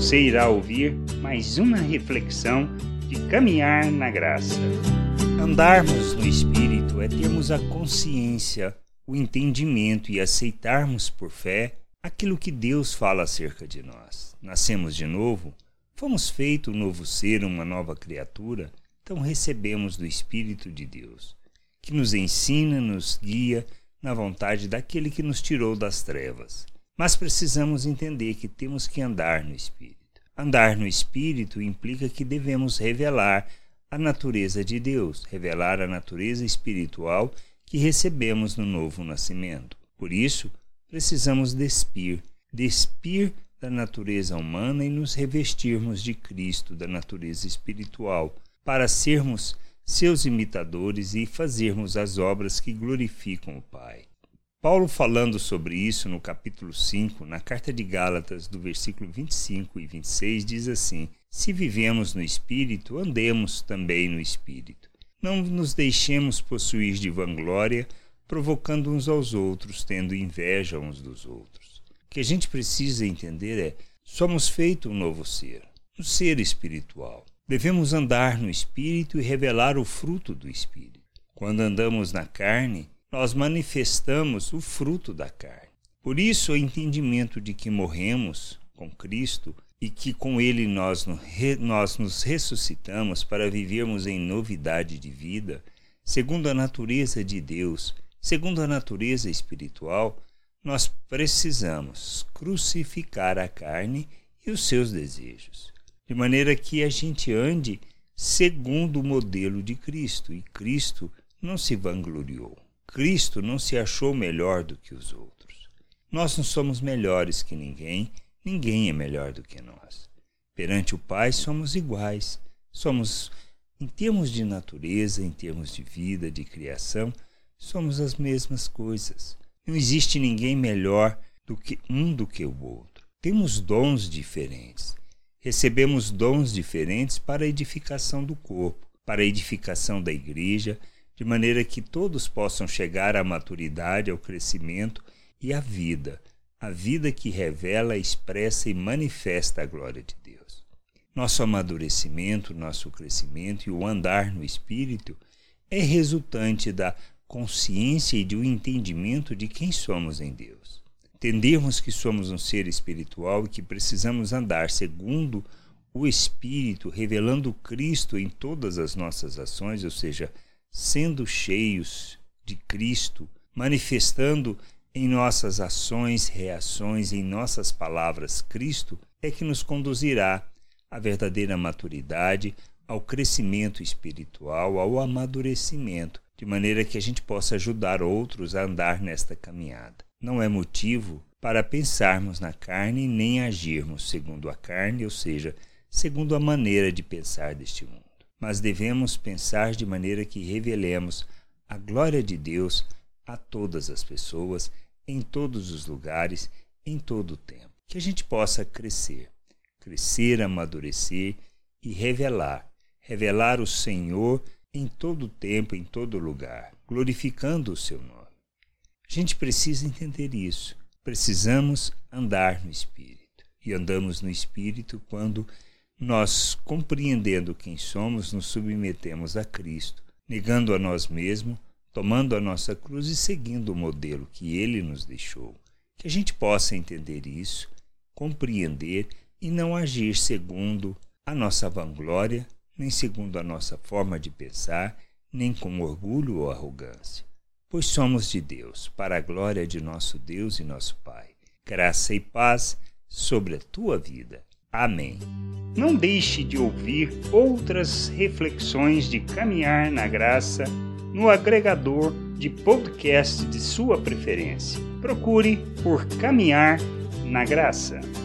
Você irá ouvir mais uma reflexão de caminhar na graça. Andarmos no Espírito é termos a consciência, o entendimento e aceitarmos por fé aquilo que Deus fala acerca de nós. Nascemos de novo, fomos feitos um novo ser, uma nova criatura, então recebemos do Espírito de Deus, que nos ensina, nos guia na vontade daquele que nos tirou das trevas. Mas precisamos entender que temos que andar no Espírito. Andar no Espírito implica que devemos revelar a natureza de Deus, revelar a natureza espiritual que recebemos no novo nascimento. Por isso, precisamos despir da natureza humana e nos revestirmos de Cristo, da natureza espiritual, para sermos seus imitadores e fazermos as obras que glorificam o Pai. Paulo, falando sobre isso no capítulo 5, na carta de Gálatas, do versículo 25 e 26, diz assim: se vivemos no Espírito, andemos também no Espírito. Não nos deixemos possuir de vanglória, provocando uns aos outros, tendo inveja uns dos outros. O que a gente precisa entender é: somos feitos um novo ser, um ser espiritual. Devemos andar no Espírito e revelar o fruto do Espírito. Quando andamos na carne, nós manifestamos o fruto da carne. Por isso, o entendimento de que morremos com Cristo e que com Ele nós nos ressuscitamos para vivermos em novidade de vida, segundo a natureza de Deus, segundo a natureza espiritual, nós precisamos crucificar a carne e os seus desejos, de maneira que a gente ande segundo o modelo de Cristo, e Cristo não se vangloriou. Cristo não se achou melhor do que os outros. Nós não somos melhores que ninguém, ninguém é melhor do que nós. Perante o Pai somos iguais. Somos, em termos de natureza, em termos de vida, de criação, somos as mesmas coisas. Não existe ninguém melhor do que o outro. Temos dons diferentes. Recebemos dons diferentes para a edificação do corpo, para a edificação da igreja, de maneira que todos possam chegar à maturidade, ao crescimento e à vida. A vida que revela, expressa e manifesta a glória de Deus. Nosso amadurecimento, nosso crescimento e o andar no Espírito é resultante da consciência e do entendimento de quem somos em Deus. Entendermos que somos um ser espiritual e que precisamos andar segundo o Espírito, revelando Cristo em todas as nossas ações, ou seja, sendo cheios de Cristo, manifestando em nossas ações, reações, em nossas palavras Cristo, é que nos conduzirá à verdadeira maturidade, ao crescimento espiritual, ao amadurecimento, de maneira que a gente possa ajudar outros a andar nesta caminhada. Não é motivo para pensarmos na carne nem agirmos segundo a carne, ou seja, segundo a maneira de pensar deste mundo. Mas devemos pensar de maneira que revelemos a glória de Deus a todas as pessoas, em todos os lugares, em todo o tempo. Que a gente possa crescer, amadurecer e revelar o Senhor em todo o tempo, em todo lugar, glorificando o seu nome. A gente precisa entender isso. Precisamos andar no Espírito. E andamos no Espírito quando nós, compreendendo quem somos, nos submetemos a Cristo, negando a nós mesmos, tomando a nossa cruz e seguindo o modelo que Ele nos deixou. Que a gente possa entender isso, compreender e não agir segundo a nossa vanglória, nem segundo a nossa forma de pensar, nem com orgulho ou arrogância. Pois somos de Deus, para a glória de nosso Deus e nosso Pai. Graça e paz sobre a tua vida. Amém. Não deixe de ouvir outras reflexões de caminhar na graça no agregador de podcast de sua preferência. Procure por Caminhar na Graça.